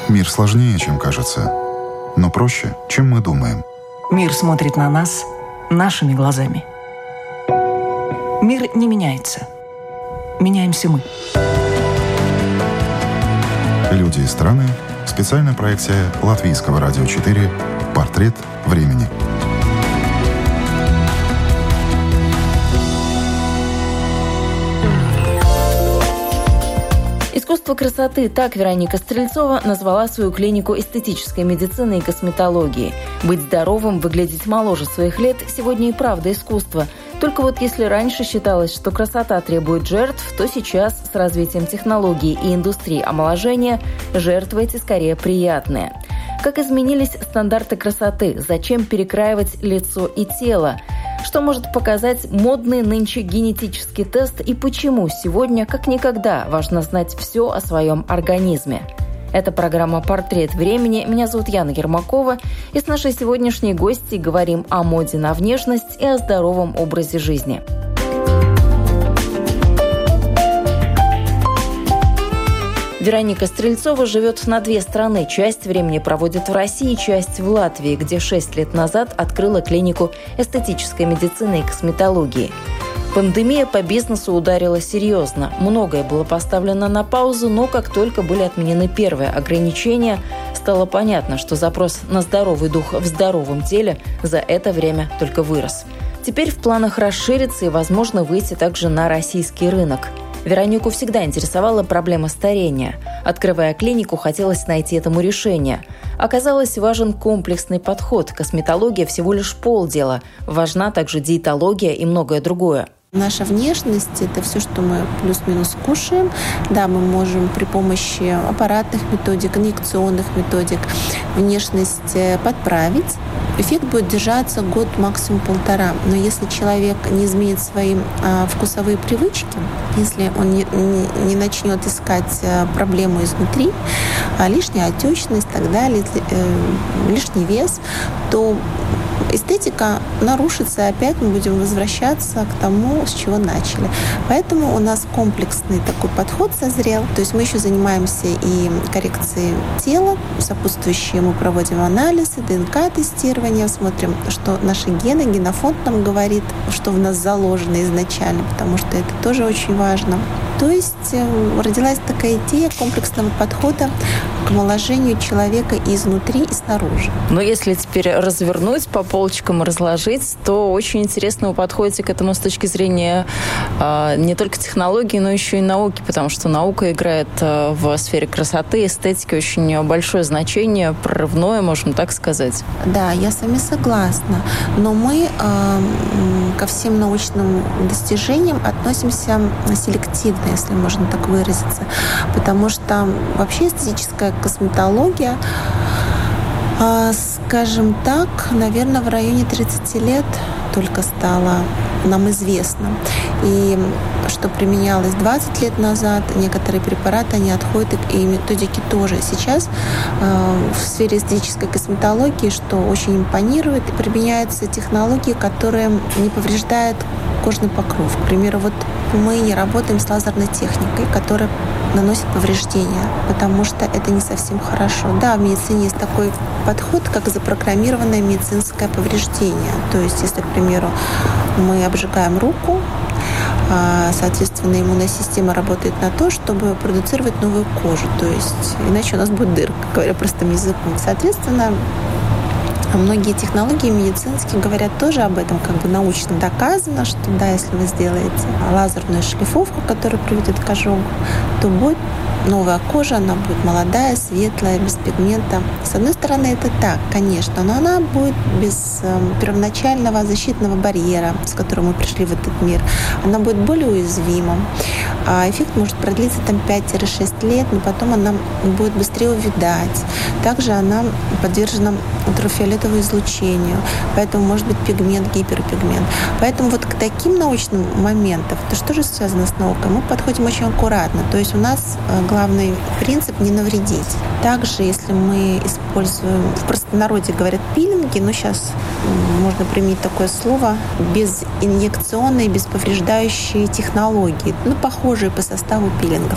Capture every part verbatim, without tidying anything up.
Мир сложнее, чем кажется, но проще, чем мы думаем. Мир смотрит на нас нашими глазами. Мир не меняется. Меняемся мы. Люди и страны. Специальная проекция Латвийского радио четыре «Портрет времени». Искусство красоты — так Вероника Стрельцова назвала свою клинику эстетической медицины и косметологии. Быть здоровым, выглядеть моложе своих лет — сегодня и правда искусство. Только вот если раньше считалось, что красота требует жертв, то сейчас с развитием технологий и индустрии омоложения жертвы эти скорее приятные. Как изменились стандарты красоты? Зачем перекраивать лицо и тело? Что может показать модный нынче генетический тест и почему сегодня, как никогда, важно знать все о своем организме? Это программа «Портрет времени». Меня зовут Яна Ермакова. И с нашей сегодняшней гостьей говорим о моде на внешность и о здоровом образе жизни. Вероника Стрельцова живет на две страны. Часть времени проводит в России, часть в Латвии, где шесть лет назад открыла клинику эстетической медицины и косметологии. Пандемия по бизнесу ударила серьезно. Многое было поставлено на паузу, но как только были отменены первые ограничения, стало понятно, что запрос на здоровый дух в здоровом теле за это время только вырос. Теперь в планах расшириться и, возможно, выйти также на российский рынок. Веронику всегда интересовала проблема старения. Открывая клинику, хотелось найти этому решение. Оказалось, важен комплексный подход. Косметология всего лишь полдела. Важна также диетология и многое другое. Наша внешность – это все, что мы плюс-минус кушаем. Да, мы можем при помощи аппаратных методик, инъекционных методик внешность подправить. Эффект будет держаться год, максимум полтора. Но если человек не изменит свои а, вкусовые привычки, если он не, не, не начнет искать а, проблему изнутри, а, лишняя отечность и так далее, э, лишний вес, то эстетика нарушится, и опять мы будем возвращаться к тому, с чего начали. Поэтому у нас комплексный такой подход созрел. То есть мы еще занимаемся и коррекцией тела, сопутствующие мы проводим анализы, ДНК-тестирование, смотрим, что наши гены, генофонд нам говорит, что в нас заложено изначально, потому что это тоже очень важно. То есть родилась такая идея комплексного подхода к омоложению человека изнутри и снаружи. Но если теперь развернуть по полочкам и разложить, то очень интересно вы подходите к этому с точки зрения э, не только технологий, но еще и науки, потому что наука играет э, в сфере красоты, эстетики очень большое значение, прорывное, можем так сказать. Да, я с вами согласна. Но мы э, ко всем научным достижениям относимся селективно, если можно так выразиться. Потому что вообще эстетическая косметология, скажем так, наверное, в районе тридцати лет только стало нам известно. И что применялось двадцать лет назад, некоторые препараты, они отходят, и методики тоже. Сейчас э, в сфере эстетической косметологии, что очень импонирует, применяются технологии, которые не повреждают кожный покров. К примеру, вот мы не работаем с лазерной техникой, которая наносит повреждения, потому что это не совсем хорошо. Да, в медицине есть такой подход, как запрограммированное медицинское повреждение. То есть, если, к примеру, мы обжигаем руку, соответственно, иммунная система работает на то, чтобы продуцировать новую кожу. То есть, иначе у нас будет дырка, говоря простым языком. Соответственно, многие технологии медицинские говорят тоже об этом, как бы научно доказано, что да, если вы сделаете лазерную шлифовку, которая приведет к ожогу, то будет новая кожа, она будет молодая, светлая, без пигмента. С одной стороны, это так, конечно, но она будет без э, первоначального защитного барьера, с которым мы пришли в этот мир. Она будет более уязвима. А эффект может продлиться там пять-шесть лет, но потом она будет быстрее увядать. Также она подвержена ультрафиолетовому излучению, поэтому может быть пигмент, гиперпигмент. Поэтому вот к таким научным моментам, это что же связано с наукой, мы подходим очень аккуратно. То есть у нас главный принцип — не навредить. Также, если мы используем, в простонародье говорят пилинги, но сейчас можно применить такое слово, безинъекционные, бесповреждающие технологии, ну, похожие по составу пилингов.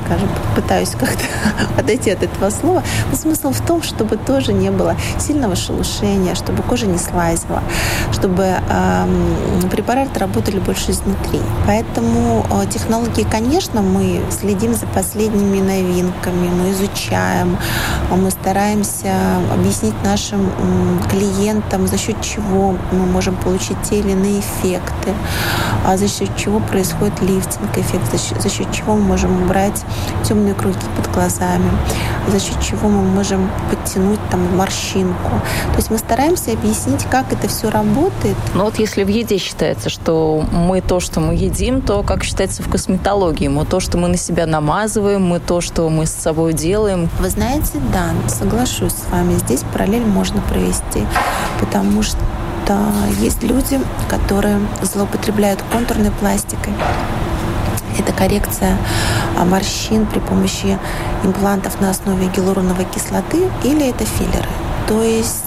скажем, пытаюсь как-то отойти от этого слова. Но смысл в том, чтобы тоже не было сильного шелушения, чтобы кожа не слазила, чтобы э, препараты работали больше изнутри. Поэтому э, технологии, конечно, мы следим за последними новинками, мы изучаем, мы стараемся объяснить нашим клиентам, за счет чего мы можем получить те или иные эффекты, за счет чего происходит лифтинг-эффект, за счет, за счет чего мы можем убрать темные круги под глазами, за счет чего мы можем подтянуть там морщинку. То есть мы стараемся объяснить, как это все работает. Но вот если в еде считается, что мы то, что мы едим, то как считается в косметологии? Мы то, что мы на себя намазываем, мы то, что мы с собой делаем. Вы знаете, да, соглашусь с вами. Здесь параллель можно провести, потому что есть люди, которые злоупотребляют контурной пластикой. Это коррекция морщин при помощи имплантов на основе гиалуроновой кислоты или это филлеры. То есть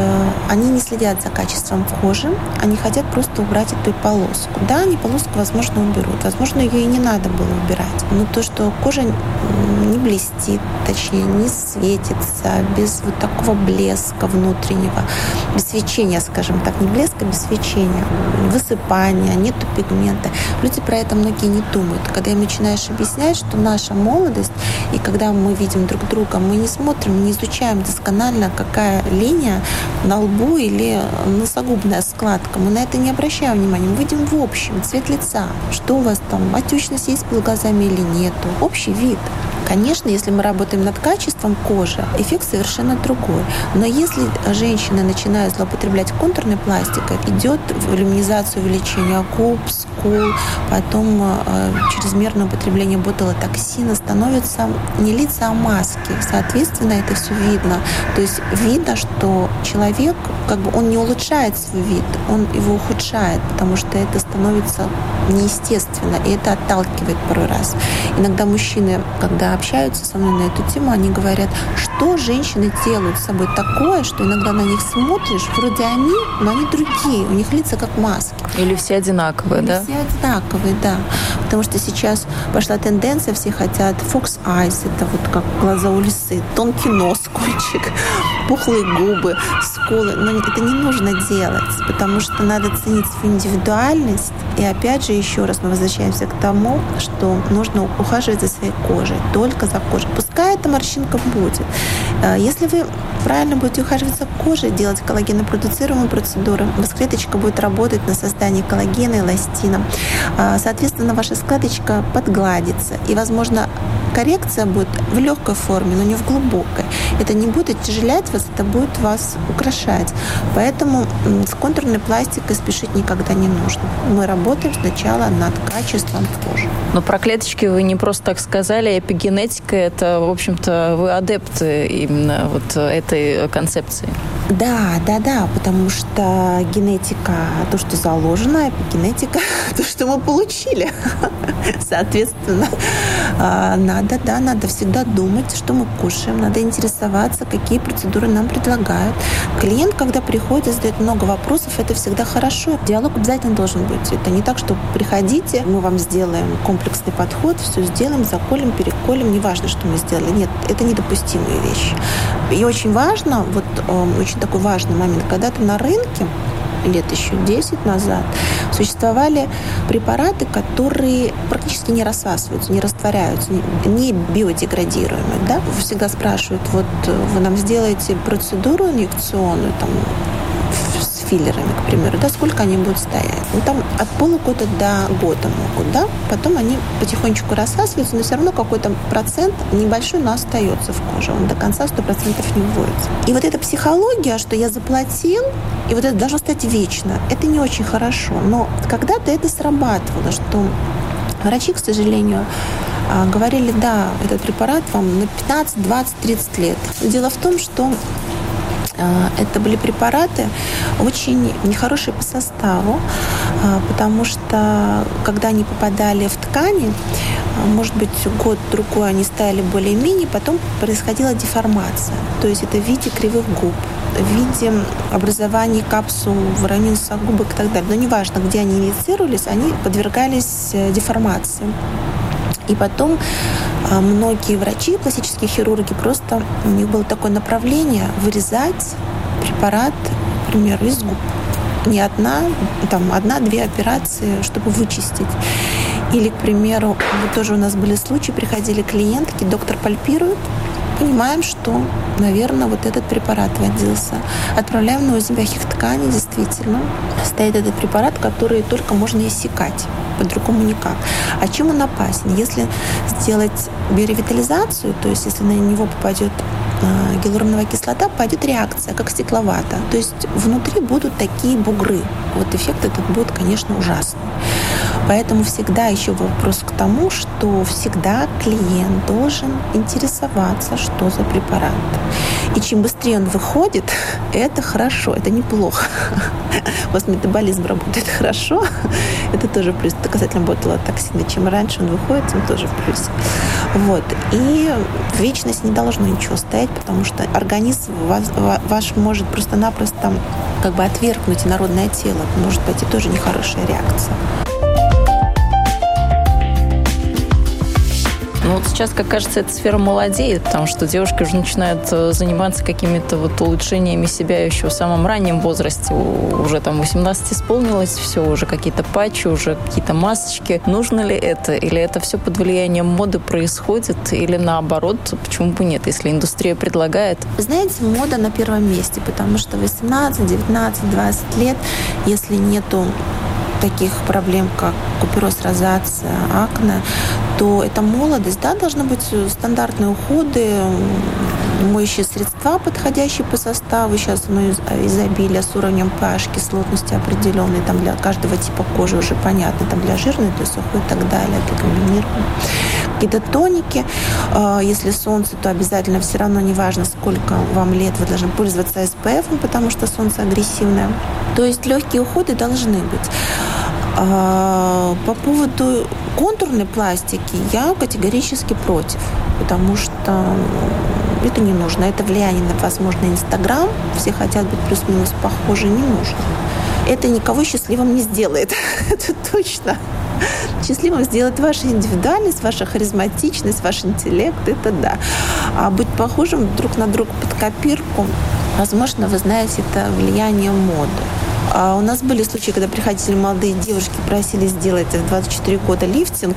они не следят за качеством кожи, они хотят просто убрать эту полоску. Да, они полоску, возможно, уберут. Возможно, ее и не надо было убирать. Но то, что кожа не блестит, точнее, не светится, без вот такого блеска внутреннего, без свечения, скажем так, не блеска, без свечения, высыпания, нету пигмента. Люди про это многие не думают. Когда им начинаешь объяснять, что наша молодость, и когда мы видим друг друга, мы не смотрим, не изучаем досконально, какая линия на лбу или носогубная складка. Мы на это не обращаем внимания. Мы видим в общем цвет лица. Что у вас там, отечность есть под глазами или нету. Общий вид. Конечно, если мы работаем над качеством кожи, эффект совершенно другой. Но если женщина начинает злоупотреблять контурной пластикой, идет в люминизацию, увеличение губ, скул, потом э, чрезмерное употребление ботулотоксина, становятся не лица, а маски. Соответственно, это все видно. То есть видно, что человек, как бы он не улучшает свой вид, он его ухудшает, потому что это становится неестественно, и это отталкивает порой раз. Иногда мужчины, когда общаются со мной на эту тему, они говорят, что женщины делают с собой такое, что иногда на них смотришь, вроде они, но они другие, у них лица как маски. Или все одинаковые, Или да? все одинаковые, да. Потому что сейчас пошла тенденция, все хотят fox eyes, это вот как глаза у лисы, тонкий нос, кончик, пухлые губы, скулы. Но это не нужно делать, потому что надо ценить свою индивидуальность. И опять же, еще раз мы возвращаемся к тому, что нужно ухаживать за своей кожей, только за кожей. Пускай эта морщинка будет. Если вы правильно будете ухаживать за кожей, делать коллагенопродуцируемые процедуры, клеточка будет работать на создание коллагена и эластина. Соответственно, ваша складочка подгладится. И, возможно, коррекция будет в легкой форме, но не в глубокой. Это не будет оттяжелять вас, это будет вас украшать. Поэтому с контурной пластикой спешить никогда не нужно. Мы работаем сначала над качеством кожи. Но про клеточки вы не просто так сказали. Эпигенетика – это, в общем-то, вы адепты именно вот этой концепции. Да, да, да, потому что генетика – то, что заложено, эпигенетика – то, что мы получили. Соответственно, надо, да, надо всегда думать, что мы кушаем, надо интересоваться, какие процедуры нам предлагают. Клиент, когда приходит, задает много вопросов, это всегда хорошо. Диалог обязательно должен быть. Это не так, что приходите, мы вам сделаем комплексный подход, все сделаем, заколем, переколем, неважно, что мы сделали. Нет, это недопустимые вещи. И очень важно, вот очень такой важный момент, когда-то на рынке лет еще десять назад существовали препараты, которые практически не рассасываются, не растворяются, не биодеградируемые. Да? Всегда спрашивают, вот вы нам сделаете процедуру инъекционную, там, с филлерами, к примеру, да, сколько они будут стоять? Ну, там от полугода до года могут, да? Потом они потихонечку рассасываются, но все равно какой-то процент небольшой, но остается в коже. Он до конца сто процентов не вводится. И вот эта психология, что я заплатил, и вот это должно стать вечно, это не очень хорошо. Но когда-то это срабатывало, что врачи, к сожалению, говорили, да, этот препарат вам на пятнадцать, двадцать, тридцать лет. Дело в том, что это были препараты очень нехорошие по составу, потому что когда они попадали в ткани, может быть, год-другой они стояли более-менее, потом происходила деформация. То есть это в виде кривых губ, в виде образования капсул в районе носогубок и так далее. Но неважно, где они инициировались, они подвергались деформации. И потом многие врачи, пластические хирурги, просто у них было такое направление вырезать препарат, к примеру, из губ. Не одна, там одна-две операции, чтобы вычистить. Или, к примеру, вот тоже у нас были случаи, приходили клиентки, доктор пальпирует, понимаем, что, наверное, вот этот препарат водился. Отправляем на УЗИ мягких тканей, действительно. Стоит этот препарат, который только можно иссякать, по-другому никак. А чем он опасен? Если сделать биоревитализацию, то есть если на него попадет гиалуроновая кислота, пойдет реакция, как стекловата. То есть внутри будут такие бугры. Вот эффект этот будет, конечно, ужасный. Поэтому всегда еще вопрос к тому, что всегда клиент должен интересоваться, что за препарат. И чем быстрее он выходит, это хорошо, это неплохо. У вас метаболизм работает хорошо, это тоже плюс. Это касательно ботулотоксина. Чем раньше он выходит, тем тоже в плюсе. Вот. И в вечность не должно ничего стоять, потому что организм ваш, ваш может просто-напросто как бы отвергнуть инородное тело. Может пойти тоже нехорошая реакция. Ну вот сейчас, как кажется, эта сфера молодеет, потому что девушки уже начинают заниматься какими-то вот улучшениями себя еще в самом раннем возрасте. Уже там восемнадцать исполнилось, все, уже какие-то патчи, уже какие-то масочки. Нужно ли это? Или это все под влиянием моды происходит? Или наоборот, почему бы нет, если индустрия предлагает? Вы знаете, мода на первом месте, потому что восемнадцать, девятнадцать, двадцать лет, если нету таких проблем, как купероз, розация, акне, то это молодость. Да, должны быть стандартные уходы, моющие средства, подходящие по составу. Сейчас оно изобилие с уровнем pH, кислотности определенной, там для каждого типа кожи уже понятно, там для жирной, для сухой и так далее, для комбинированной. Какие-то тоники. Если солнце, то обязательно все равно, неважно, сколько вам лет, вы должны пользоваться эс пэ эф, потому что солнце агрессивное. То есть легкие уходы должны быть. По поводу контурной пластики я категорически против, потому что это не нужно. Это влияние на, возможно, Инстаграм. Все хотят быть плюс-минус похожи, не нужно. Это никого счастливым не сделает. Это точно. Счастливым сделает ваша индивидуальность, ваша харизматичность, ваш интеллект. Это да. А быть похожим друг на друга под копирку, возможно, вы знаете, это влияние моды. А у нас были случаи, когда приходили молодые девушки, просили сделать в двадцать четыре года лифтинг.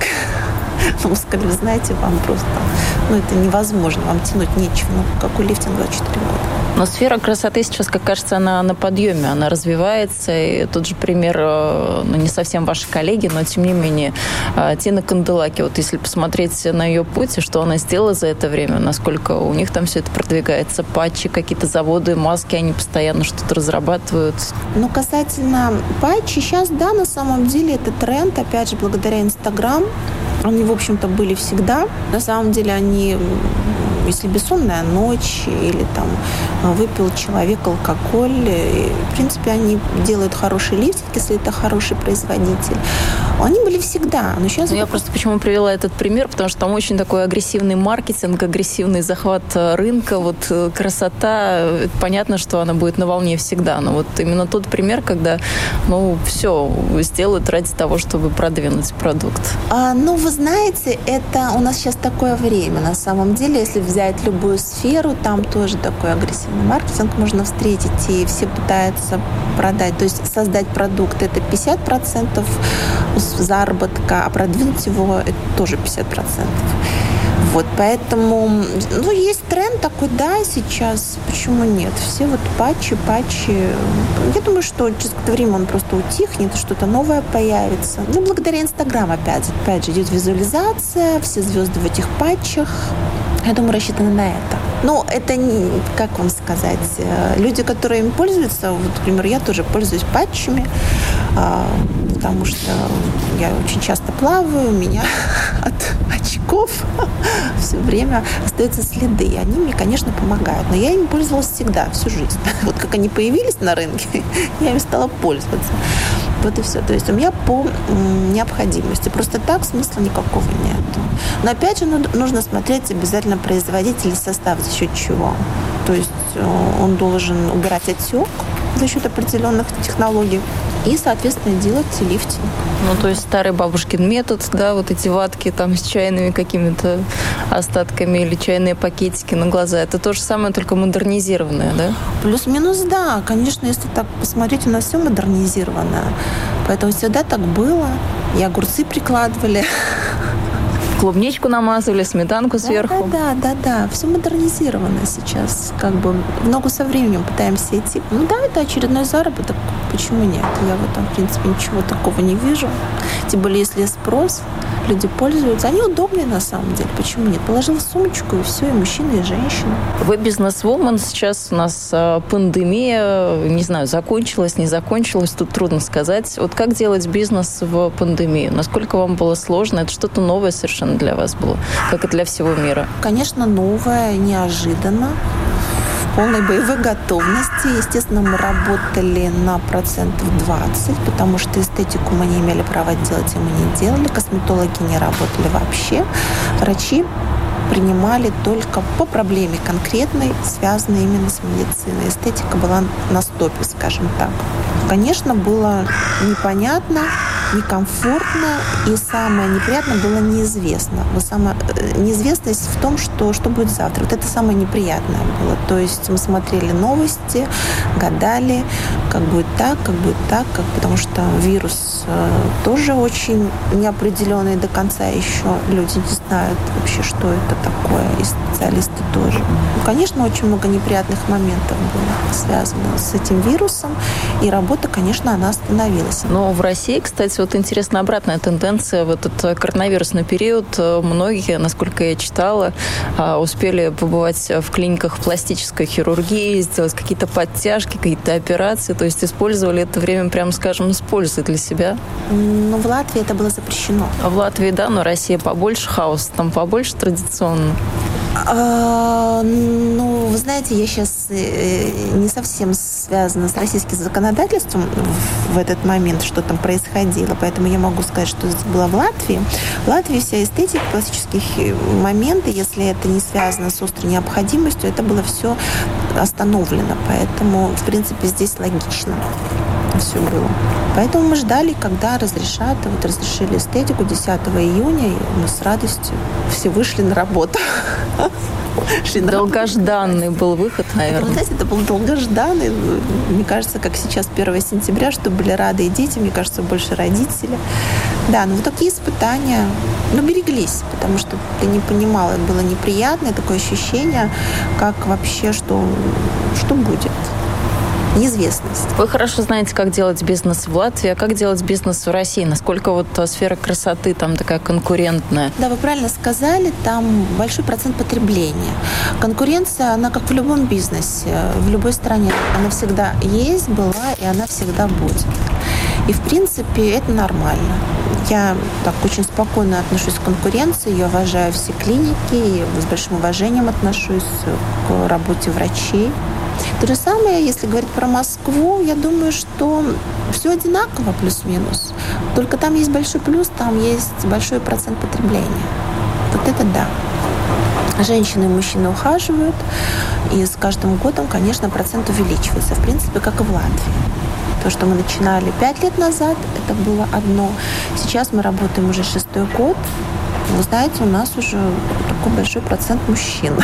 Мы сказали, вы знаете, вам просто, ну, это невозможно, вам тянуть нечего. Ну, какой лифтинг двадцать четыре года? Но сфера красоты сейчас, как кажется, она на подъеме, она развивается. И тот же пример, ну, не совсем ваши коллеги, но, тем не менее, Тина Канделаки. Вот если посмотреть на ее путь, что она сделала за это время, насколько у них там все это продвигается, патчи, какие-то заводы, маски, они постоянно что-то разрабатывают. Ну, касательно патчи, сейчас, да, на самом деле это тренд, опять же, благодаря Инстаграм. Они, в общем-то, были всегда. На самом деле они, если бессонная ночь или там выпил человек алкоголь, и, в принципе, они делают хороший лифтинг, если это хороший производитель. Они были всегда. Но сейчас... Ну, я просто почему привела этот пример, потому что там очень такой агрессивный маркетинг, агрессивный захват рынка. Вот красота, понятно, что она будет на волне всегда. Но вот именно тот пример, когда, ну, все сделают ради того, чтобы продвинуть продукт. А, ну, вы знаете, это у нас сейчас такое время. На самом деле, если взять любую сферу, там тоже такой агрессивный маркетинг можно встретить, и все пытаются продать. То есть создать продукт – это пятьдесят процентов заработка, а продвинуть его – это тоже пятьдесят процентов. Вот, поэтому, ну, есть тренд такой, да, сейчас, почему нет? Все вот патчи, патчи. Я думаю, что через какое-то время он просто утихнет, что-то новое появится. Ну, благодаря Инстаграму, опять, опять же, идет визуализация, все звезды в этих патчах. Я думаю, рассчитаны на это. Но это, не, как вам сказать, люди, которые им пользуются, вот, например, я тоже пользуюсь патчами, потому что я очень часто плаваю, у меня от очков все время остаются следы. И они мне, конечно, помогают. Но я ими пользовалась всегда, всю жизнь. Вот как они появились на рынке, я ими стала пользоваться. Вот и все. То есть у меня по необходимости. Просто так смысла никакого нет. Но опять же, нужно смотреть обязательно производитель и состав, за счет чего. То есть он должен убирать отек за счет определенных технологий. и, соответственно, делать лифтинг. Ну, то есть старый бабушкин метод, да, вот эти ватки там с чайными какими-то остатками или чайные пакетики на глаза, это то же самое, только модернизированное, да? Плюс-минус, да. Конечно, если так посмотреть, у нас все модернизировано. Поэтому всегда так было. И огурцы прикладывали. Клубничку намазывали, сметанку да, сверху. Да, да, да, да. Все модернизировано сейчас. Как бы в ногу со временем пытаемся идти. Ну да, это очередной заработок. Почему нет? Я в этом, в принципе, ничего такого не вижу. Тем более, если есть спрос, люди пользуются. Они удобные на самом деле. Почему нет? Положила сумочку, и все, и мужчина, и женщина. Вы бизнес-вумен. Сейчас у нас пандемия, не знаю, закончилась, не закончилась. Тут трудно сказать. Вот как делать бизнес в пандемию? Насколько вам было сложно? Это что-то новое совершенно для вас было, как и для всего мира? Конечно, новое, неожиданно, в полной боевой готовности. Естественно, мы работали на процентов двадцать, потому что эстетику мы не имели права делать, и мы не делали. Косметологи не работали вообще. Врачи принимали только по проблеме конкретной, связанной именно с медициной. Эстетика была на стопе, скажем так. Конечно, было непонятно, некомфортно, и самое неприятное было неизвестно. Вот самая неизвестность в том, что, что будет завтра. Вот это самое неприятное было. То есть мы смотрели новости, гадали, как будет так, как будет так, как, потому что вирус э, тоже очень неопределенный до конца еще. Люди не знают вообще, что это такое, и специалисты тоже. Ну, конечно, очень много неприятных моментов было связано с этим вирусом, и работа, конечно, она остановилась. Но в России, кстати, вот интересно обратная тенденция. В этот коронавирусный период многие, насколько я читала, успели побывать в клиниках пластической хирургии, сделать какие-то подтяжки, какие-то операции, то есть использовали это время, прямо скажем, с пользой для себя. Ну, в Латвии это было запрещено. В Латвии, да, но Россия побольше, хаос там побольше традиционно. А, ну, вы знаете, я сейчас не совсем связана с российским законодательством в этот момент, что там происходило, поэтому я могу сказать, что это было в Латвии. В Латвии вся эстетика, классические моменты, если это не связано с острой необходимостью, это было все остановлено, поэтому, в принципе, здесь логично все было. Поэтому мы ждали, когда разрешат. Вот разрешили эстетику десятого июня, и мы с радостью все вышли на работу. Долгожданный был выход, наверное. Это, знаете, это был долгожданный. Мне кажется, как сейчас первого сентября, что были рады и дети, мне кажется, больше родители. Да, ну вот такие испытания. Но береглись, потому что ты не понимала, было неприятное такое ощущение, как вообще, что, что будет. Неизвестность. Вы хорошо знаете, как делать бизнес в Латвии, а как делать бизнес в России? Насколько вот сфера красоты там такая конкурентная? Да, вы правильно сказали, там большой процент потребления. Конкуренция, она как в любом бизнесе, в любой стране. Она всегда есть, была, и она всегда будет. И, в принципе, это нормально. Я так очень спокойно отношусь к конкуренции, я уважаю все клиники, и с большим уважением отношусь к работе врачей. То же самое, если говорить про Москву, я думаю, что все одинаково плюс-минус. Только там есть большой плюс, там есть большой процент потребления. Вот это да. Женщины и мужчины ухаживают, и с каждым годом, конечно, процент увеличивается. В принципе, как и в Латвии. То, что мы начинали пять лет назад, это было одно. Сейчас мы работаем уже шестой год. Вы знаете, у нас уже такой большой процент мужчин.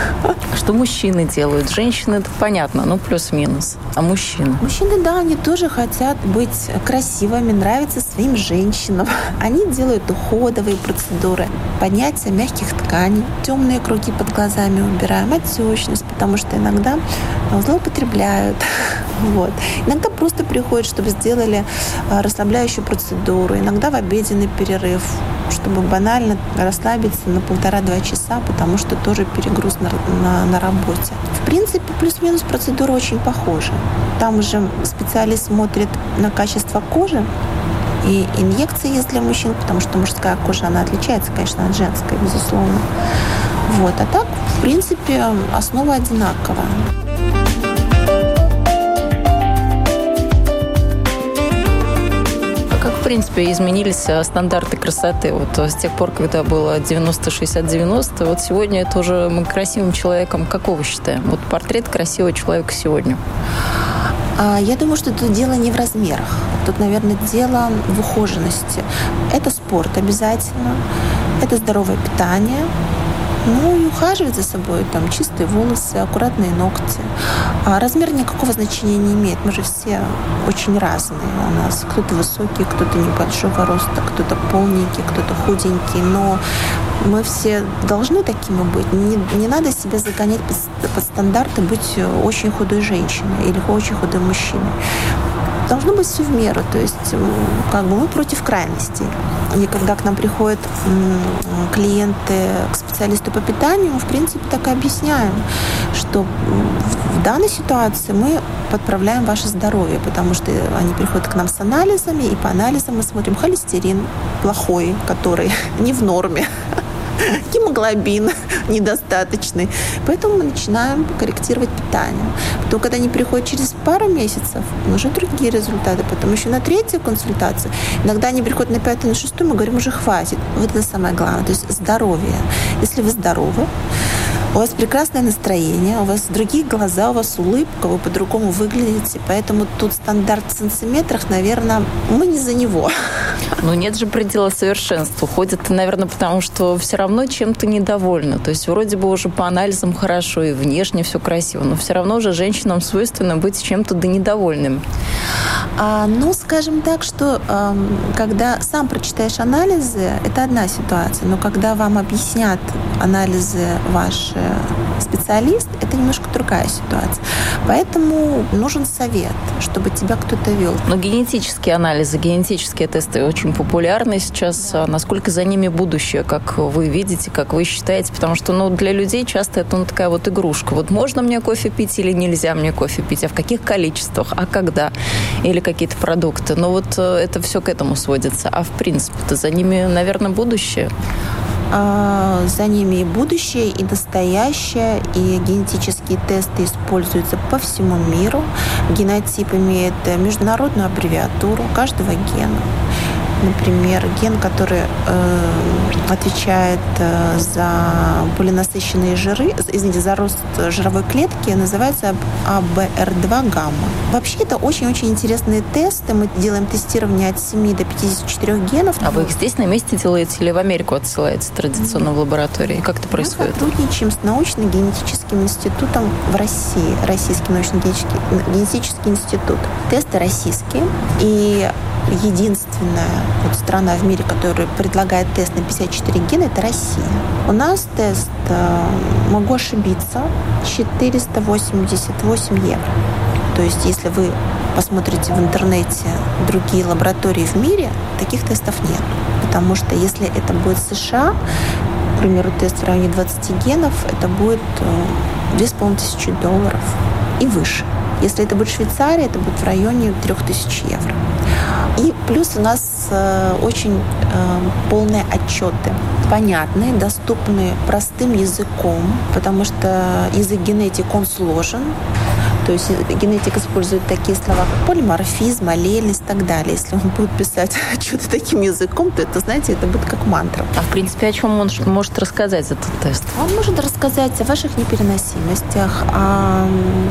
Что мужчины делают? Женщины, это понятно, ну плюс-минус. А мужчины? Мужчины, да, они тоже хотят быть красивыми, нравиться своим женщинам. Они делают уходовые процедуры, поднятие мягких тканей, темные круги под глазами убираем, отечность, потому что иногда злоупотребляют. Вот. Иногда просто приходят, чтобы сделали расслабляющую процедуру, иногда в обеденный перерыв, чтобы банально расслабиться на полтора-два часа, потому что тоже перегруз на, на, на работе. В принципе, плюс-минус процедура очень похожа. Там уже специалист смотрит на качество кожи, и инъекции есть для мужчин, потому что мужская кожа, она отличается, конечно, от женской, безусловно. Вот. А так, в принципе, основа одинаковая. В принципе, изменились стандарты красоты. Вот с тех пор, когда было девяносто шестьдесят девяносто, вот сегодня это уже мы красивым человеком какого считаем? Вот портрет красивого человека сегодня. Я думаю, что это дело не в размерах. Тут, наверное, дело в ухоженности. Это спорт обязательно, это здоровое питание, ну и ухаживать за собой, там, чистые волосы, аккуратные ногти. А размер никакого значения не имеет. Мы же все очень разные. У нас кто-то высокий, кто-то небольшого роста, кто-то полненький, кто-то худенький. Но мы все должны такими быть. Не, не надо себя загонять под, под стандарты быть очень худой женщиной или очень худым мужчиной. Должно быть все в меру. То есть как бы мы против крайностей. И когда к нам приходят клиенты к специалисту по питанию, мы, в принципе, так и объясняем, что в данной ситуации мы подправляем ваше здоровье, потому что они приходят к нам с анализами, и по анализам мы смотрим холестерин плохой, который не в норме, гемоглобин недостаточный. Поэтому мы начинаем корректировать питание. Потом, когда они приходят через пару месяцев, уже другие результаты. Потом еще на третью консультацию. Иногда они приходят на пятую, на шестую, мы говорим, уже хватит. Вот это самое главное. То есть здоровье. Если вы здоровы, у вас прекрасное настроение, у вас другие глаза, у вас улыбка, вы по-другому выглядите. Поэтому тут стандарт в сантиметрах, наверное, мы не за него. Но нет же предела совершенству. Ходят, наверное, потому что все равно чем-то недовольны. То есть вроде бы уже по анализам хорошо и внешне все красиво, но все равно уже женщинам свойственно быть чем-то да недовольным. А, ну, скажем так, что э, когда сам прочитаешь анализы, это одна ситуация, но когда вам объяснят анализы ваши специалист, это немножко другая ситуация. Поэтому нужен совет, чтобы тебя кто-то вел. Но генетические анализы, генетические тесты очень популярны сейчас. Насколько за ними будущее, как вы видите, как вы считаете? Потому что ну, для людей часто это ну, такая вот игрушка. Вот можно мне кофе пить или нельзя мне кофе пить? А в каких количествах? А когда? Или какие-то продукты? Но вот это все к этому сводится. А в принципе-то за ними, наверное, будущее? За ними и будущее, и настоящее, и генетические тесты используются по всему миру. Генотип имеет международную аббревиатуру каждого гена. Например, ген, который э, отвечает э, за полинасыщенные жиры, извините, за рост жировой клетки, называется а бэ эр два гамма. Вообще это очень-очень интересные тесты. Мы делаем тестирование от семи до пятидесяти четырёх генов. А вы их здесь на месте делаете или в Америку отсылаете традиционно в лаборатории? Как это происходит? Мы сотрудничаем с научно-генетическим институтом в России, Российский научно-генетический институт. Тесты российские, и единственная вот страна в мире, которая предлагает тест на пятьдесят четыре гена, это Россия. У нас тест, могу ошибиться, четыреста восемьдесят восемь евро. То есть, если вы посмотрите в интернете другие лаборатории в мире, таких тестов нет. Потому что если это будет США, к примеру, тест в районе двадцати генов, это будет две с половиной тысячи долларов и выше. Если это будет Швейцария, это будет в районе трех тысяч евро. И плюс у нас э, очень э, полные отчеты. Понятные, доступные простым языком, потому что язык генетик, он сложен. То есть генетик использует такие слова, как полиморфизм, аллельность и так далее. Если он будет писать отчеты таким языком, то это, знаете, это будет как мантра. А в принципе, о чем он может рассказать этот тест? Он может рассказать о ваших непереносимостях, о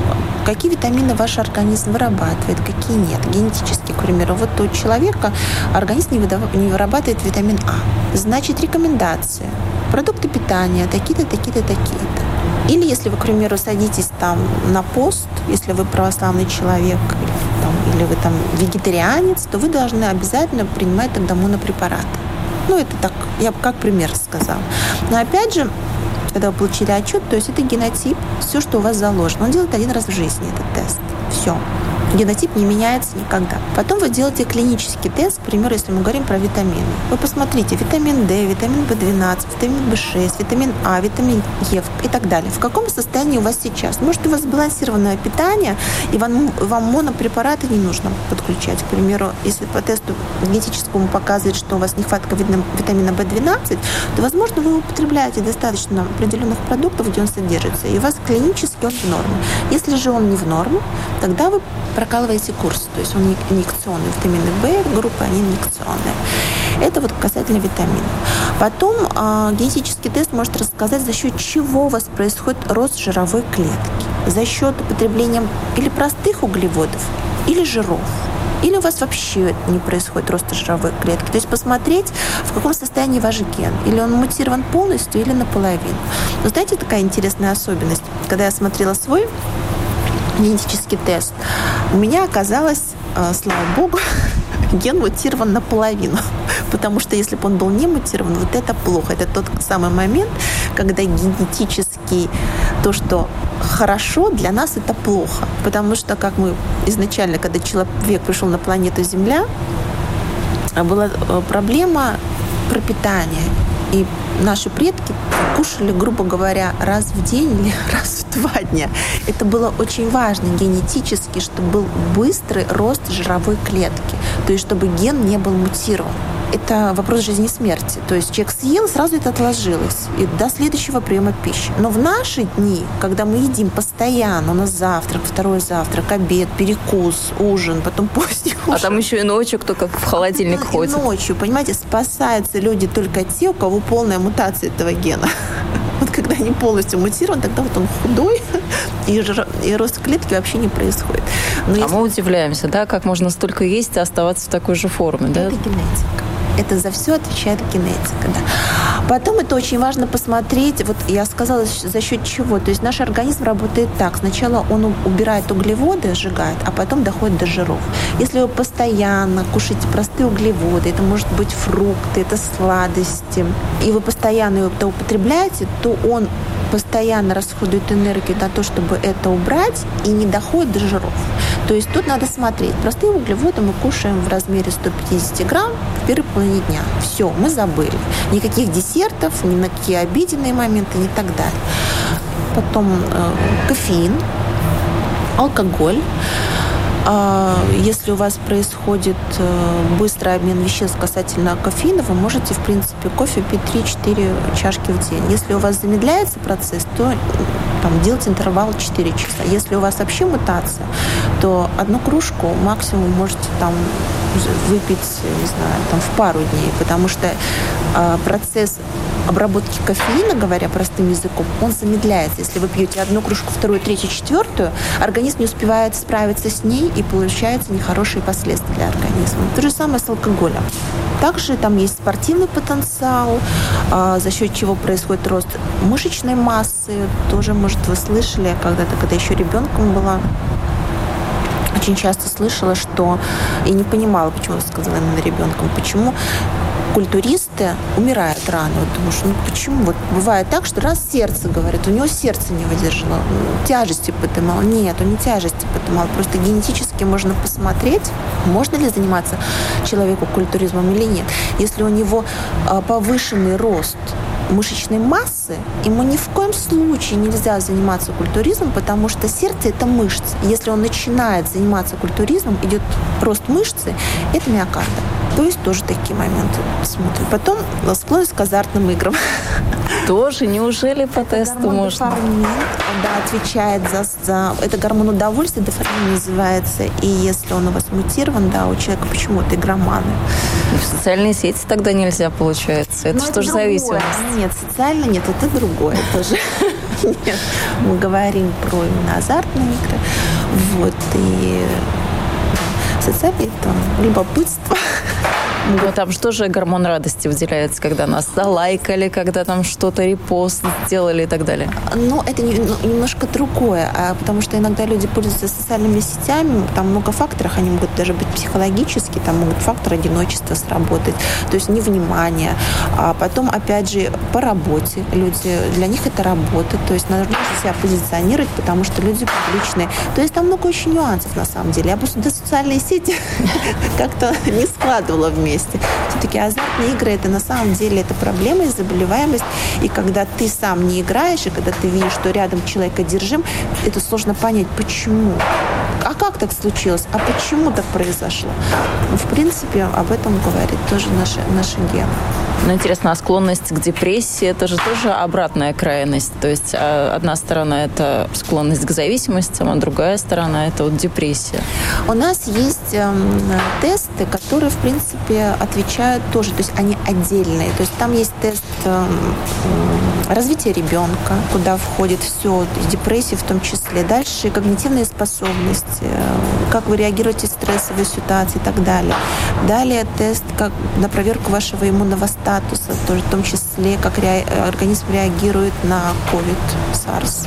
какие витамины ваш организм вырабатывает, какие нет. Генетически, к примеру, вот у человека организм не, выдав... не вырабатывает витамин А. Значит, рекомендации. Продукты питания такие-то, такие-то, такие-то. Или если вы, к примеру, садитесь там на пост, если вы православный человек, или, там, или вы там вегетарианец, то вы должны обязательно принимать тогда монопрепараты. Ну, это так, я как пример сказала. Но опять же, когда вы получили отчет, то есть это генотип, все, что у вас заложено. Он делает один раз в жизни этот тест. Все. Генотип не меняется никогда. Потом вы делаете клинический тест, к примеру, если мы говорим про витамины. Вы посмотрите, витамин D, витамин бэ двенадцать, витамин бэ шесть, витамин А, витамин Е и так далее. В каком состоянии у вас сейчас? Может, у вас сбалансированное питание, и вам, вам монопрепараты не нужно подключать. К примеру, если по тесту генетическому показывает, что у вас нехватка витамина бэ двенадцать, то, возможно, вы употребляете достаточно определенных продуктов, где он содержится, и у вас клинически он в норме. Если же он не в норме, тогда вы прокалываете курс, то есть он инъекционный. Витамины В группы, они инъекционные. Это вот касательно витаминов. Потом э, генетический тест может рассказать, за счет чего у вас происходит рост жировой клетки. За счет употребления или простых углеводов, или жиров. или у вас вообще не происходит роста жировой клетки. То есть посмотреть, в каком состоянии ваш ген. Или он мутирован полностью, или наполовину. Но знаете, такая интересная особенность. Когда я смотрела свой генетический тест, у меня оказалось, слава богу, ген мутирован наполовину. Потому что если бы он был не мутирован, вот это плохо. Это тот самый момент, когда генетически то, что хорошо, для нас это плохо. Потому что, как мы изначально, когда человек пришел на планету Земля, была проблема пропитания. И наши предки кушали, грубо говоря, раз в день или раз в два дня. Это было очень важно генетически, чтобы был быстрый рост жировой клетки. То есть, чтобы ген не был мутирован. Это вопрос жизни и смерти. То есть человек съел, сразу это отложилось и до следующего приема пищи. Но в наши дни, когда мы едим постоянно, у нас завтрак, второй завтрак, обед, перекус, ужин, потом поздний ужин. А там еще и ночью кто как в холодильник а, ходит. И ночью, понимаете, спасаются люди только те, у кого полная мутация этого гена. Вот когда они полностью мутированы, тогда вот он худой, и, жир, и рост клетки вообще не происходит. Но а если... мы удивляемся, да, как можно столько есть и оставаться в такой же форме, да? Это генетика. Это за все отвечает генетика, да. Потом это очень важно посмотреть, вот я сказала, за счет чего. То есть наш организм работает так. Сначала он убирает углеводы, сжигает, а потом доходит до жиров. Если вы постоянно кушаете простые углеводы, это может быть фрукты, это сладости, и вы постоянно это употребляете, то он постоянно расходует энергию на то, чтобы это убрать, и не доходит до жиров. То есть тут надо смотреть. Простые углеводы мы кушаем в размере сто пятьдесят грамм в первой половине дня. Все, мы забыли. Никаких десертов, ни на какие обеденные моменты, и так далее. Потом э, кофеин, алкоголь. Если у вас происходит быстрый обмен веществ касательно кофеина, вы можете, в принципе, кофе пить три-четыре чашки в день. Если у вас замедляется процесс, то там, делать интервал четыре часа. Если у вас вообще мутация, то одну кружку максимум можете там выпить, не знаю, там, в пару дней, потому что э, процесс обработки кофеина, говоря простым языком, он замедляется. Если вы пьете одну кружку, вторую, третью, четвертую, организм не успевает справиться с ней, и получаются нехорошие последствия для организма. То же самое с алкоголем. Также там есть спортивный потенциал, э, за счет чего происходит рост мышечной массы. Тоже, может, вы слышали, я когда-то, когда еще ребенком была, очень часто слышала, что... И не понимала, почему я сказала именно ребенком. Почему культуристы умирают рано. Вот думаешь, ну почему? Вот бывает так, что раз сердце, говорит, у него сердце не выдержало, тяжести подымал. Нет, он не тяжести подымал. Просто генетически можно посмотреть, можно ли заниматься человеку культуризмом или нет. Если у него повышенный рост мышечной массы, ему ни в коем случае нельзя заниматься культуризмом, потому что сердце – это мышцы. Если он начинает заниматься культуризмом, идет рост мышцы, это миокарда. То есть тоже такие моменты смотрим. Потом склонность к азартным играм. Тоже? Неужели по тесту можно? Дофамин, да, отвечает за, за... Это гормон удовольствия, дофамин называется. И если он у вас мутирован, да, у человека почему-то игроманы. И в социальные сети тогда нельзя, получается. Это что же зависимость? Нет, социально нет, это другое тоже. Нет, мы говорим про именно азартные игры. Вот, и социальное там любопытство. Но там что же гормон радости выделяется, когда нас залайкали, когда там что-то репост сделали и так далее? Ну, это немножко другое, потому что иногда люди пользуются социальными сетями, там много факторов, они могут даже быть психологические, там могут фактор одиночества сработать, то есть невнимание. А потом, опять же, по работе люди, для них это работа, то есть нужно себя позиционировать, потому что люди публичные. То есть там много очень нюансов на самом деле. Я просто до социальной сети как-то не складывала вместе. Все-таки азартные игры – это на самом деле это проблема и заболеваемость. И когда ты сам не играешь, и когда ты видишь, что рядом человек одержим, это сложно понять, почему. А как так случилось? А почему так произошло? В принципе, об этом говорит тоже наши, наши гены. Ну, интересно, а склонность к депрессии – это же тоже обратная крайность. То есть одна сторона – это склонность к зависимостям, а другая сторона – это вот депрессия. У нас есть э, тесты, которые, в принципе, отвечают тоже, то есть они отдельные. То есть там есть тест э, развития ребенка, куда входит все, депрессия в том числе. Дальше когнитивные способности, э, как вы реагируете в стрессовой ситуации и так далее. Далее тест как на проверку вашего иммунного статуса, тоже в том числе, как ре... организм реагирует на ковид, SARS,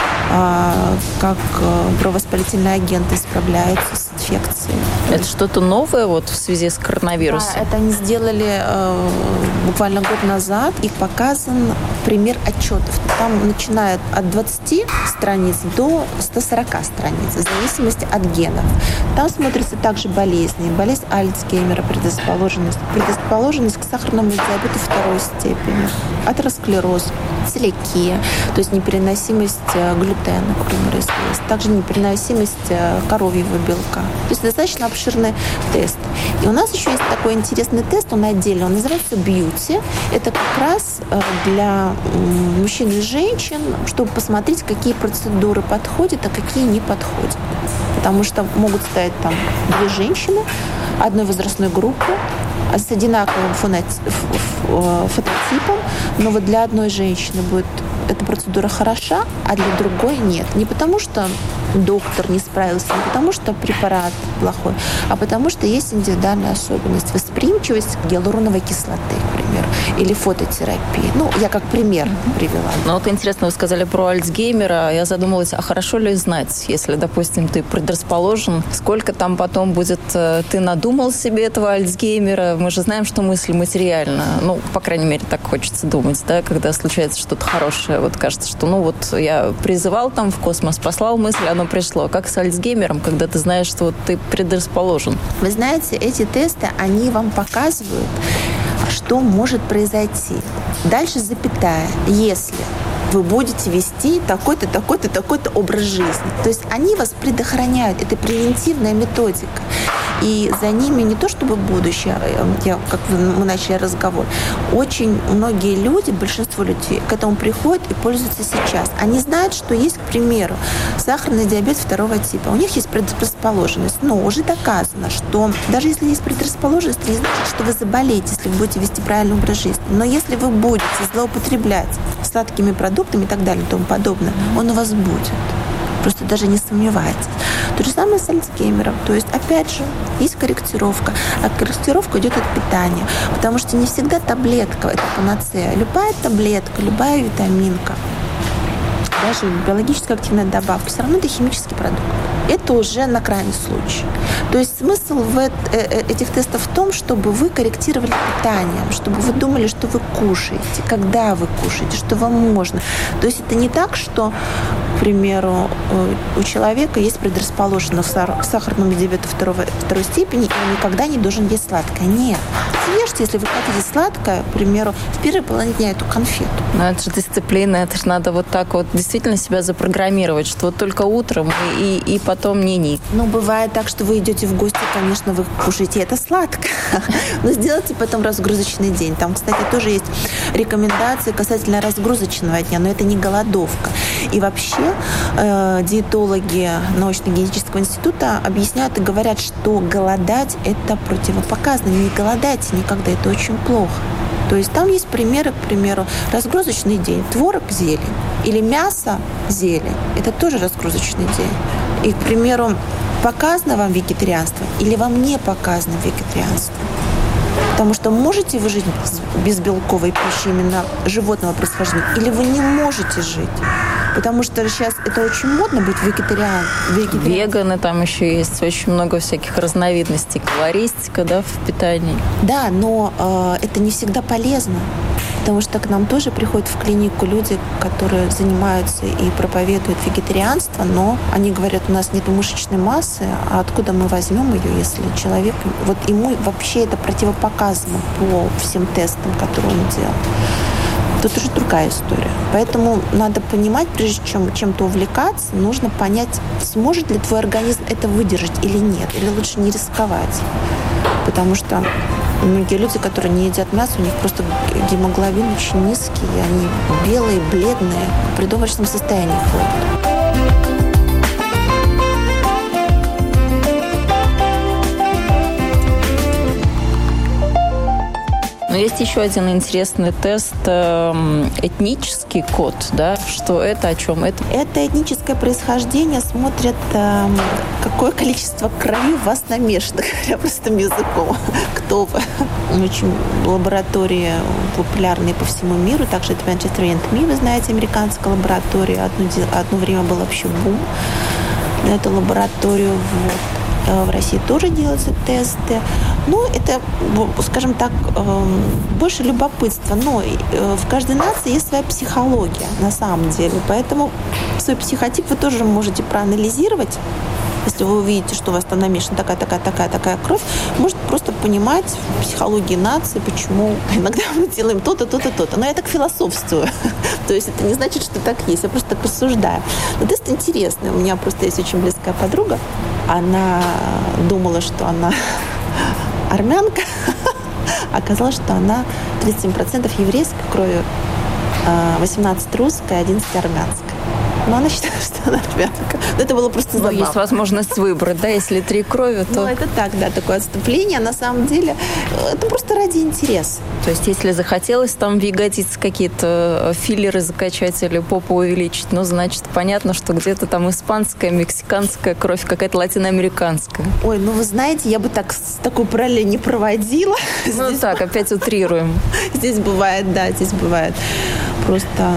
как провоспалительные агенты справляются с инфекцией. Это что-то новое вот в связи с коронавирусом? Да, это они сделали э, буквально год назад, и показан пример отчетов. Там начинают от двадцати страниц до ста сорока страниц, в зависимости от генов. Там смотрятся также болезни. Болезнь Альцгеймера, предрасположенность, предрасположенность к сахарному диабету второй степени, атеросклероз, целиакия, то есть непереносимость глютена, к примеру, если есть. Также непереносимость коровьего белка. То есть достаточно обширный тест. И у нас еще есть такой интересный тест, он отдельно, он называется «Бьюти». Это как раз для мужчин и женщин, чтобы посмотреть, какие процедуры подходят, а какие не подходят. Потому что могут стоять там две женщины одной возрастной группы, с одинаковым фототипом, но вот для одной женщины будет эта процедура хороша, а для другой нет. Не потому, что доктор не справился, не потому, что препарат плохой, а потому, что есть индивидуальная особенность, восприимчивость к гиалуроновой кислоте, к примеру, или фототерапии. Ну, я как пример привела. Ну, вот интересно, вы сказали про Альцгеймера. Я задумалась, а хорошо ли знать, если, допустим, ты предрасположен, сколько там потом будет, ты надумал себе этого Альцгеймера? Мы же знаем, что мысль материальна. Ну, по крайней мере, так хочется думать, да, когда случается что-то хорошее. Вот кажется, что, ну, вот я призывал там в космос, послал мысль, оно пришло. Как с Альцгеймером, когда ты знаешь, что вот ты предрасположен? Вы знаете, эти тесты, они вам показывают, что может произойти. Дальше запятая. Если вы будете вести такой-то, такой-то, такой-то образ жизни. То есть они вас предохраняют. Это превентивная методика. И за ними не то чтобы будущее, я, как мы начали разговор, очень многие люди, большинство людей к этому приходят и пользуются сейчас. Они знают, что есть, к примеру, сахарный диабет второго типа. У них есть предрасположенность, но уже доказано, что даже если есть предрасположенность, это не значит, что вы заболеете, если вы будете вести правильный образ жизни. Но если вы будете злоупотреблять сладкими продуктами и так далее и тому подобное, он у вас будет. Просто даже не сомневайтесь. То же самое с Альцгеймером. То есть, опять же, есть корректировка. А корректировка идет от питания. Потому что не всегда таблетка – это панацея. Любая таблетка, любая витаминка, даже биологически активная добавка, все равно это химический продукт. Это уже на крайний случай. То есть смысл в этих тестов в том, чтобы вы корректировали питание, чтобы вы думали, что вы кушаете, когда вы кушаете, что вам можно. То есть это не так, что, к примеру, у человека есть предрасположенность к сахарному диабету второго, второй степени, и он никогда не должен есть сладкое. Нет. Съешьте, если вы хотите сладкое, к примеру, в первой половине дня эту конфету. Но это же дисциплина, это же надо вот так вот действительно себя запрограммировать, что вот только утром и, и потом не-не. Ну, бывает так, что вы идете в гости, конечно, вы кушаете это сладко, но сделайте потом разгрузочный день. Там, кстати, тоже есть рекомендации касательно разгрузочного дня, но это не голодовка. И вообще э, диетологи научно-генетического института объясняют и говорят, что голодать – это противопоказано. Не голодайте никогда, это очень плохо. То есть там есть примеры, к примеру, разгрузочный день, творог, зелень, или мясо, зелень. Это тоже разгрузочный день. И, к примеру, показано вам вегетарианство или вам не показано вегетарианство. Потому что можете вы жить без белковой пищи именно животного происхождения, или вы не можете жить. Потому что сейчас это очень модно быть вегетариан, вегетариан. Веганы, там еще есть очень много всяких разновидностей. Колористика, да, в питании. Да, но э, это не всегда полезно. Потому что к нам тоже приходят в клинику люди, которые занимаются и проповедуют вегетарианство, но они говорят, у нас нет мышечной массы, а откуда мы возьмем ее, если человек... Вот ему вообще это противопоказано по всем тестам, которые он делал. Тут уже другая история. Поэтому надо понимать, прежде чем чем-то увлекаться, нужно понять, сможет ли твой организм это выдержать или нет, или лучше не рисковать. Потому что Многие люди, которые не едят мясо, у них просто гемоглобин очень низкий, они белые, бледные, в предобморочном состоянии ходят. Но есть еще один интересный тест, этнический код, да? Что это, о чем это? Это этническое происхождение, смотрят, какое количество крови у вас намешано, говоря простым языком. Кто вы? Очень лаборатории популярные по всему миру, также это Manchester энд эм и, вы знаете, американская лаборатория. Одно, одно время был вообще бум на эту лабораторию. Вот. В России тоже делаются тесты. Ну, это, скажем так, больше любопытства. Но в каждой нации есть своя психология, на самом деле. Поэтому свой психотип вы тоже можете проанализировать. Если вы увидите, что у вас там намешана такая, такая, такая, такая кровь, можете просто понимать в психологии нации, почему иногда мы делаем то-то, то-то, то-то. Но я так философствую. То есть это не значит, что так есть. Я просто так рассуждаю. Но тест интересный. У меня просто есть очень близкая подруга. Она думала, что она армянка. Оказалось, что она тридцать семь процентов еврейской крови, восемнадцать процентов русской, одиннадцать процентов армянской. Но она считает, что она армянка. Но это было просто забавно. Но есть возможность выбрать, да, если три крови, то... Ну, это так, да, такое отступление. На самом деле, это просто ради интереса. То есть, если захотелось там в ягодицы какие-то филлеры закачать или попу увеличить, ну, значит, понятно, что где-то там испанская, мексиканская кровь, какая-то латиноамериканская. Ой, ну, вы знаете, я бы так такую параллель не проводила. Ну, здесь... так, опять утрируем. Здесь бывает, да, здесь бывает просто...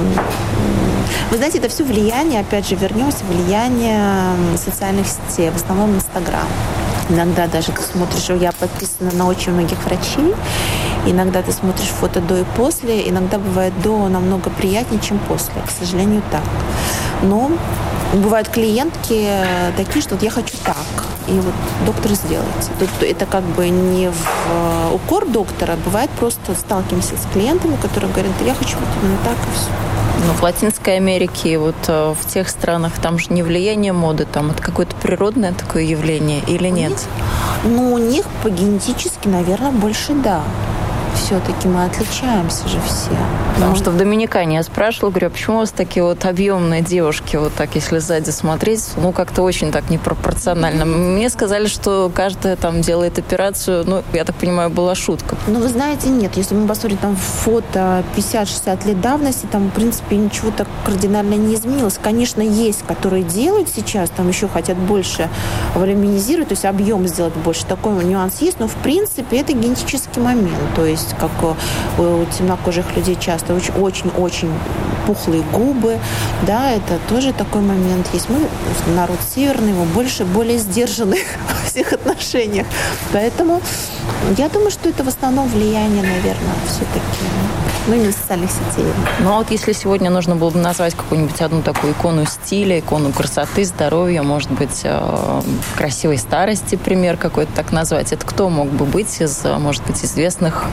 Вы знаете, это все влияние, опять же, вернемся, влияние социальных сетей, в основном Инстаграм. Иногда даже ты смотришь, я подписана на очень многих врачей, иногда ты смотришь фото до и после, иногда бывает до намного приятнее, чем после, к сожалению, так. Но бывают клиентки такие, что вот я хочу так, и вот доктор сделайте. Тут это как бы не в укор доктора, бывает просто сталкиваемся с клиентами, которые говорят, да я хочу вот именно так и все. Ну, в Латинской Америке, вот в тех странах, там же не влияние моды, там это какое-то природное такое явление или нет? Нет. Ну, у них по генетически, наверное, больше да. Все-таки мы отличаемся же все. Потому ну, что в Доминикане я спрашивала, говорю, а почему у вас такие вот объемные девушки, вот так, если сзади смотреть, ну, как-то очень так непропорционально. Мне сказали, что каждая там делает операцию, ну, я так понимаю, была шутка. Ну, вы знаете, нет. Если мы посмотрим там фото пятьдесят-шестьдесят лет давности, там, в принципе, ничего так кардинально не изменилось. Конечно, есть, которые делают сейчас, там еще хотят больше волюминизировать, то есть объем сделать больше. Такой нюанс есть, но, в принципе, это генетический момент. То есть как у темнокожих людей часто очень-очень пухлые губы, да, это тоже такой момент есть. Мы, народ северный, мы больше, более сдержаны во всех отношениях. Поэтому я думаю, что это в основном влияние, наверное, все-таки, ну, не социальных сетей. Ну, а вот если сегодня нужно было бы назвать какую-нибудь одну такую икону стиля, икону красоты, здоровья, может быть, красивой старости, пример какой-то так назвать, это кто мог бы быть из, может быть, известных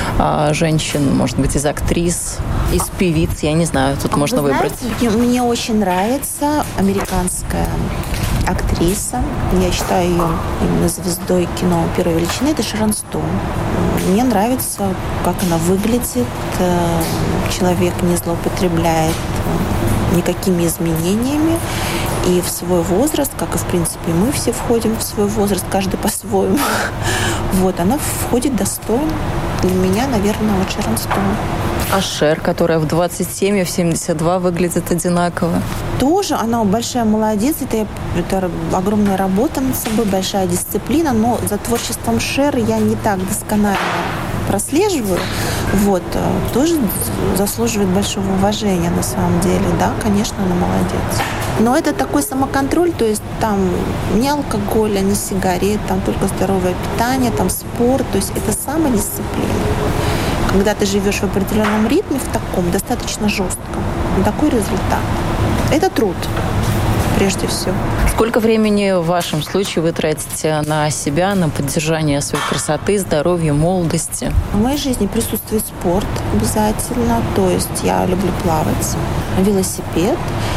женщин, может быть, из актрис, из певиц, я не знаю, тут можно Вы выбрать. Знаете, мне очень нравится американская актриса. Я считаю ее именно звездой кино первой величины. Это Шерон Стоун. Мне нравится, как она выглядит. Человек не злоупотребляет никакими изменениями. И в свой возраст, как и, в принципе, мы все входим в свой возраст, каждый по-своему. Вот, она входит достойно. Для меня, наверное, вот Шерон Стоун. А Шер, которая в двадцать семь и в семьдесят два выглядит одинаково. Тоже она большая молодец. Это, это огромная работа над собой, большая дисциплина. Но за творчеством Шер я не так досконально прослеживаю. Вот. Тоже заслуживает большого уважения на самом деле. Да, конечно, она молодец. Но это такой самоконтроль, то есть там ни алкоголя, ни сигарет, там только здоровое питание, там спорт. То есть это самодисциплина. Когда ты живешь в определенном ритме, в таком, достаточно жестком, такой результат. Это труд, прежде всего. Сколько времени в вашем случае вы тратите на себя, на поддержание своей красоты, здоровья, молодости? В моей жизни присутствует спорт обязательно. То есть я люблю плавать, велосипед.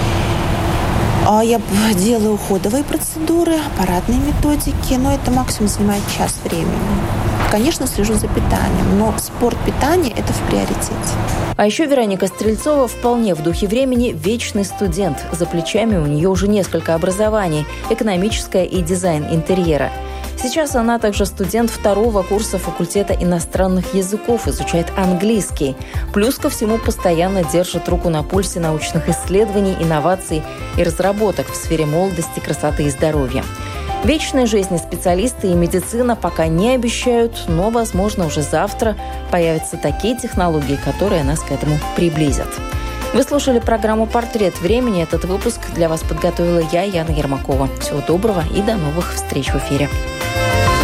Я делаю уходовые процедуры, аппаратные методики, но это максимум занимает час времени. Конечно, слежу за питанием, но спорт, питание – это в приоритете. А еще Вероника Стрельцова вполне в духе времени вечный студент. За плечами у нее уже несколько образований – экономическое и дизайн интерьера. Сейчас она также студент второго курса факультета иностранных языков, изучает английский. Плюс ко всему постоянно держит руку на пульсе научных исследований, инноваций и разработок в сфере молодости, красоты и здоровья. Вечной жизни специалисты и медицина пока не обещают, но, возможно, уже завтра появятся такие технологии, которые нас к этому приблизят. Вы слушали программу «Портрет времени». Этот выпуск для вас подготовила я, Яна Ермакова. Всего доброго и до новых встреч в эфире.